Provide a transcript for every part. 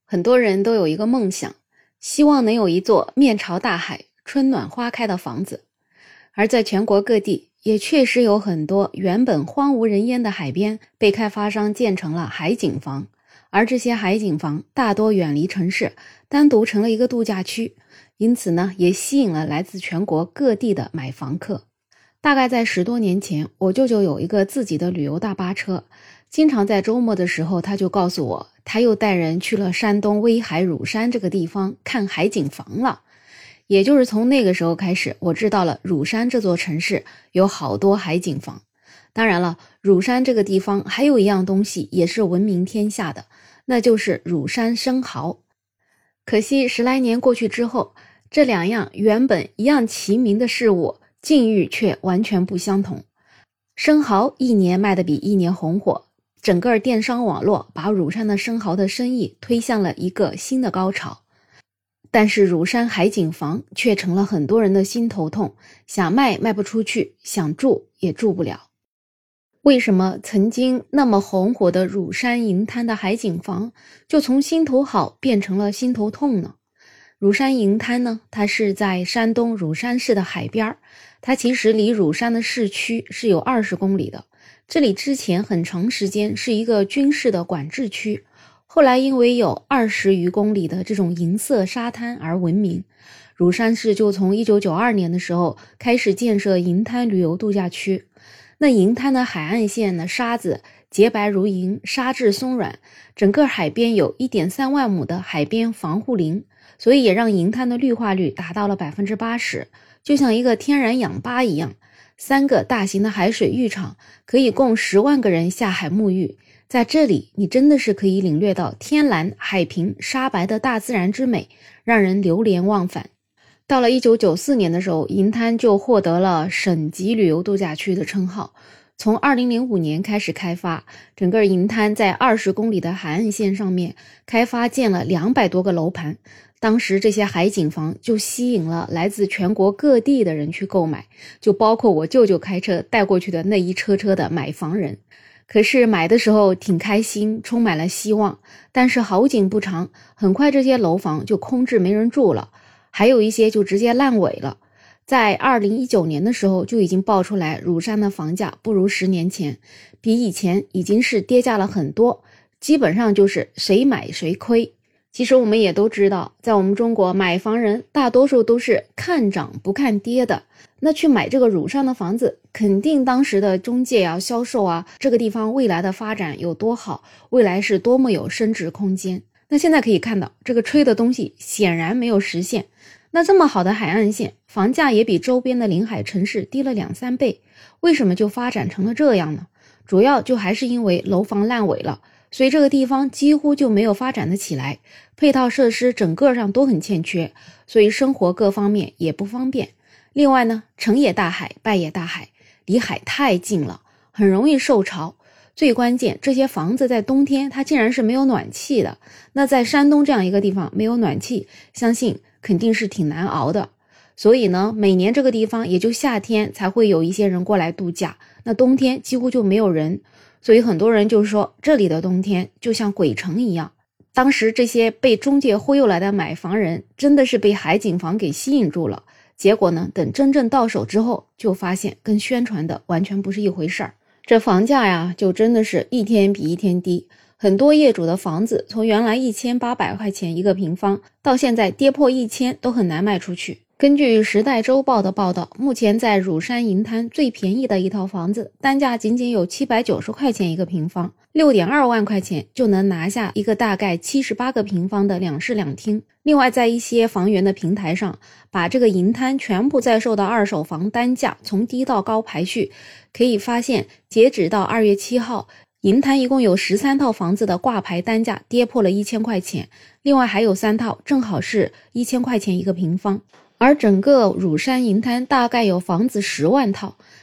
很多人都有一个梦想，希望能有一座面朝大海、春暖花开的房子。而在全国各地，也确实有很多原本荒无人烟的海边被开发商建成了海景房，而这些海景房大多远离城市，单独成了一个度假区，因此呢，也吸引了来自全国各地的买房客。大概在10多年前，我舅舅有一个自己的旅游大巴车，经常在周末的时候，他就告诉我，他又带人去了山东威海乳山这个地方看海景房了。也就是从那个时候开始，我知道了乳山这座城市有好多海景房。当然了，乳山这个地方还有一样东西也是闻名天下的，那就是乳山生蚝。可惜10来年过去之后，这两样原本一样齐名的事物境遇却完全不相同。生蚝一年卖得比一年红火，整个电商网络把乳山的生蚝的生意推向了一个新的高潮。但是乳山海景房却成了很多人的心头痛，想卖卖不出去，想住也住不了。为什么曾经那么红火的乳山银滩的海景房就从心头好变成了心头痛呢？乳山银滩呢，它是在山东乳山市的海边，它其实离乳山的市区是有20公里的。这里之前很长时间是一个军事的管制区，后来因为有20余公里的这种银色沙滩而闻名。乳山市就从1992年的时候开始建设银滩旅游度假区。那银滩的海岸线的沙子洁白如银，沙质松软，整个海边有 1.3万亩的海边防护林，所以也让银滩的绿化率达到了 80%， 就像一个天然氧吧一样。3个大型的海水浴场可以供10万个人下海沐浴，在这里你真的是可以领略到天蓝海平沙白的大自然之美，让人流连忘返。到了1994年的时候，银滩就获得了省级旅游度假区的称号。从2005年开始开发，整个银滩在20公里的海岸线上面开发建了200多个楼盘。当时这些海景房就吸引了来自全国各地的人去购买，就包括我舅舅开车带过去的那一车车的买房人。可是买的时候挺开心，充满了希望，但是好景不长，很快这些楼房就空置没人住了，还有一些就直接烂尾了。在2019年的时候就已经爆出来，乳山的房价不如10年前，比以前已经是跌价了很多，基本上就是谁买谁亏。其实我们也都知道，在我们中国买房人大多数都是看涨不看跌的，那去买这个乳山的房子，肯定当时的中介啊、销售啊，这个地方未来的发展有多好，未来是多么有升值空间。那现在可以看到，这个吹的东西显然没有实现。那这么好的海岸线，房价也比周边的临海城市低了2-3倍，为什么就发展成了这样呢？主要就还是因为楼房烂尾了，所以这个地方几乎就没有发展的起来，配套设施整个上都很欠缺，所以生活各方面也不方便。另外呢，成也大海，败也大海，离海太近了，很容易受潮。最关键，这些房子在冬天它竟然是没有暖气的。那在山东这样一个地方没有暖气，相信肯定是挺难熬的。所以呢，每年这个地方也就夏天才会有一些人过来度假，那冬天几乎就没有人。所以很多人就说，这里的冬天就像鬼城一样。当时这些被中介忽悠来的买房人真的是被海景房给吸引住了，结果呢，等真正到手之后，就发现跟宣传的完全不是一回事儿。这房价呀，就真的是一天比一天低。很多业主的房子从原来1800块钱一个平方，到现在跌破1000都很难卖出去。根据时代周报的报道，目前在乳山银滩最便宜的一套房子，单价仅仅有790块钱一个平方，6.2万块钱就能拿下一个大概78个平方的2室2厅。另外在一些房源的平台上，把这个银滩全部在售的二手房单价从低到高排序，可以发现截止到2月7号，银滩一共有13套房子的挂牌单价跌破了1000块钱，另外还有3套正好是1000块钱一个平方。而整个乳山银滩大概有房子10万套，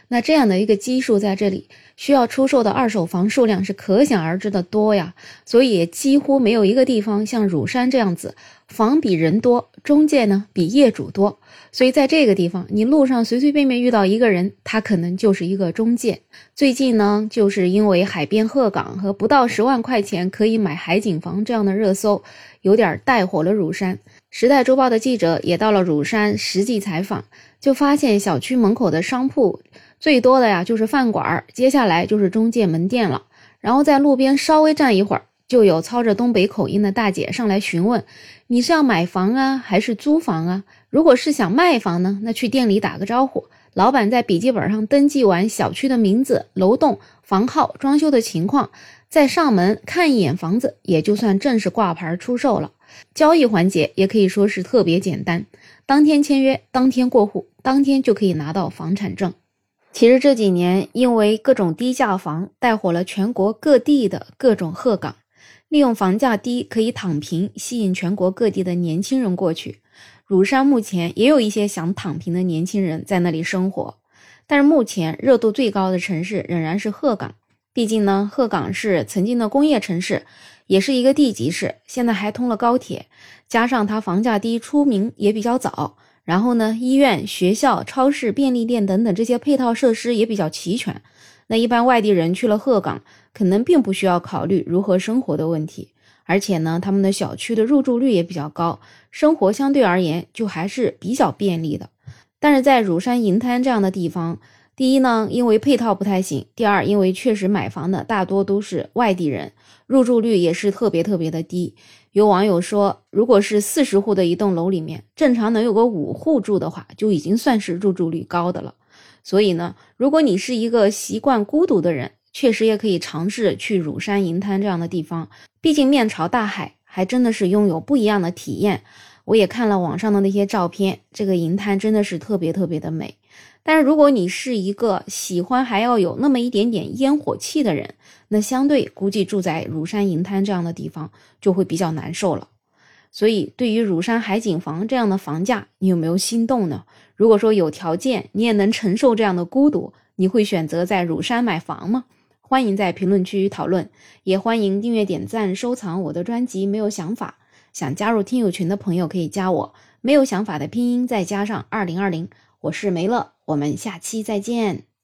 那这样的一个基数在这里，需要出售的二手房数量是可想而知的多呀，所以也几乎没有一个地方像乳山这样子，房比人多，中介呢比业主多，所以在这个地方，你路上随随便便遇到一个人，他可能就是一个中介。最近呢，就是因为海边鹤岗和不到10万块钱可以买海景房这样的热搜，有点带火了乳山。时代周报的记者也到了乳山实际采访，就发现小区门口的商铺最多的呀就是饭馆，接下来就是中介门店了。然后在路边稍微站一会儿，就有操着东北口音的大姐上来询问，你是要买房啊还是租房啊？如果是想卖房呢，那去店里打个招呼，老板在笔记本上登记完小区的名字、楼栋、房号、装修的情况，再上门看一眼房子，也就算正式挂牌出售了。交易环节也可以说是特别简单，当天签约，当天过户，当天就可以拿到房产证。其实这几年因为各种低价房带火了全国各地的各种鹤岗，利用房价低可以躺平，吸引全国各地的年轻人过去。乳山目前也有一些想躺平的年轻人在那里生活，但是目前热度最高的城市仍然是鹤岗。毕竟呢，鹤岗是曾经的工业城市，也是一个地级市，现在还通了高铁，加上它房价低出名也比较早，然后呢，医院、学校、超市、便利店等等这些配套设施也比较齐全。那一般外地人去了鹤岗，可能并不需要考虑如何生活的问题，而且呢，他们的小区的入住率也比较高，生活相对而言就还是比较便利的。但是在乳山银滩这样的地方，第一呢，因为配套不太行；第二，因为确实买房的大多都是外地人，入住率也是特别的低。有网友说，如果是40户的一栋楼里面，正常能有个5户住的话，就已经算是入住率高的了。所以呢，如果你是一个习惯孤独的人，确实也可以尝试去乳山银滩这样的地方，毕竟面朝大海，还真的是拥有不一样的体验。我也看了网上的那些照片，这个银滩真的是特别的美。但是如果你是一个喜欢还要有那么一点点烟火气的人，那相对估计住在乳山银滩这样的地方就会比较难受了。所以对于乳山海景房这样的房价，你有没有心动呢？如果说有条件，你也能承受这样的孤独，你会选择在乳山买房吗？欢迎在评论区讨论，也欢迎订阅、点赞、收藏我的专辑。没有想法，想加入听友群的朋友可以加我，没有想法的拼音再加上2020，我是梅乐，我们下期再见。